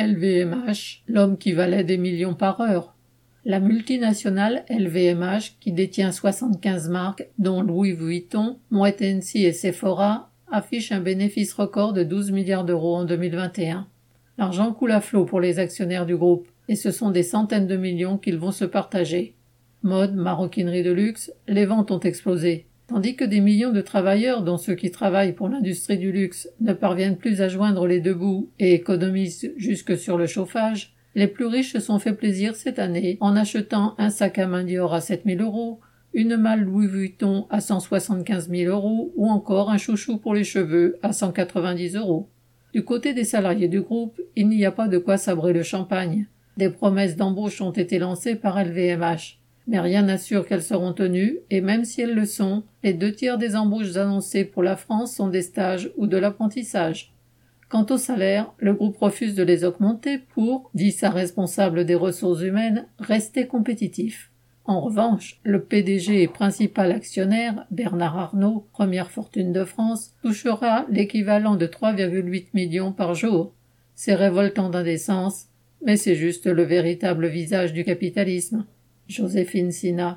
LVMH, l'homme qui valait des millions par heure. La multinationale LVMH, qui détient 75 marques, dont Louis Vuitton, Moët Hennessy et Sephora, affiche un bénéfice record de 12 milliards d'euros en 2021. L'argent coule à flot pour les actionnaires du groupe, et ce sont des centaines de millions qu'ils vont se partager. Mode, maroquinerie de luxe, les ventes ont explosé. Tandis que des millions de travailleurs, dont ceux qui travaillent pour l'industrie du luxe, ne parviennent plus à joindre les deux bouts et économisent jusque sur le chauffage, les plus riches se sont fait plaisir cette année en achetant un sac à main Dior à 7 000 euros, une malle Louis Vuitton à 175 000 euros ou encore un chouchou pour les cheveux à 190 euros. Du côté des salariés du groupe, il n'y a pas de quoi sabrer le champagne. Des promesses d'embauche ont été lancées par LVMH. Mais rien n'assure qu'elles seront tenues, et même si elles le sont, les 2/3 des embauches annoncées pour la France sont des stages ou de l'apprentissage. Quant aux salaires, le groupe refuse de les augmenter pour, dit sa responsable des ressources humaines, rester compétitif. En revanche, le PDG et principal actionnaire, Bernard Arnault, première fortune de France, touchera l'équivalent de 3,8 millions par jour. C'est révoltant d'indécence, mais c'est juste le véritable visage du capitalisme. Joséphine Sina.